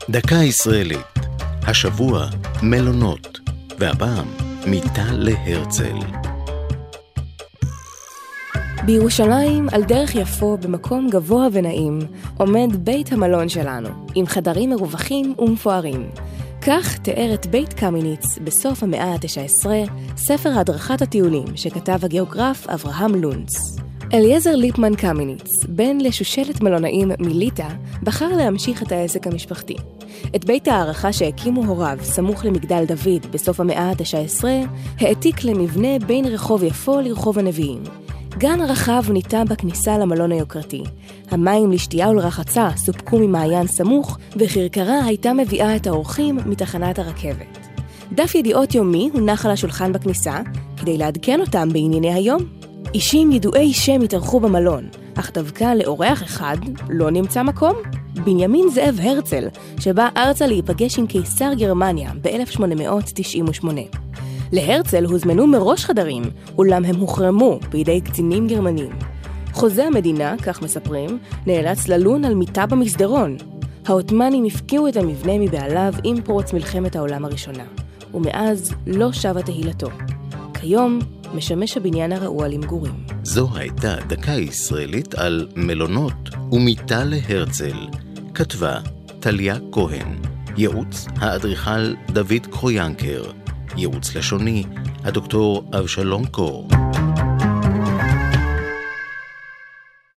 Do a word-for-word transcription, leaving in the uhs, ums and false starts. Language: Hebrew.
דקה ישראלית, השבוע מלונות, והפעם מיטה להרצל. בירושלים, על דרך יפו, במקום גבוה ונעים, עומד בית המלון שלנו, עם חדרים מרווחים ומפוארים. כך תיאר את בית קמיניץ בסוף המאה ה-תשע עשרה, ספר הדרכת הטיולים שכתב הגיאוגרף אברהם לונץ. אליעזר ליפמן קמיניץ, בן לשושלת מלונאים מליטא, בחר להמשיך את העסק המשפחתי. את בית הערכה שהקימו הוריו סמוך למגדל דוד בסוף המאה ה-תשע עשרה, העתיק למבנה בין רחוב יפו לרחוב הנביאים. גן רחב ניטע בכניסה למלון היוקרתי. המים לשתייה ולרחצה סופקו ממעיין סמוך, וכרכרה הייתה מביאה את האורחים מתחנת הרכבת. דף ידיעות יומי הונח על השולחן בכניסה, כדי לעדכן אותם בענייני היום. אישים ידועי שם התארחו במלון, אך דווקא לאורח אחד לא נמצא מקום. בנימין זאב הרצל, שבא ארצה להיפגש עם קיסר גרמניה ב-אלף שמונה מאות תשעים ושמונה. להרצל הוזמנו מראש חדרים, אולם הם הוחרמו בידי קצינים גרמנים. חוזה המדינה, כך מספרים, נאלץ ללון על מיטה במסדרון. העות'מאנים הפקיעו את המבנה מבעליו עם פרוץ מלחמת העולם הראשונה, ומאז לא שבה תהילתו. כיום משמש הבניין הרעוע למגורים. זו הייתה דקה ישראלית על מלונות ומיטה להרצל. כתבה טליה כהן, ייעוץ האדריכל דוד קרויאנקר, ייעוץ לשוני הדוקטור אבשלום קור.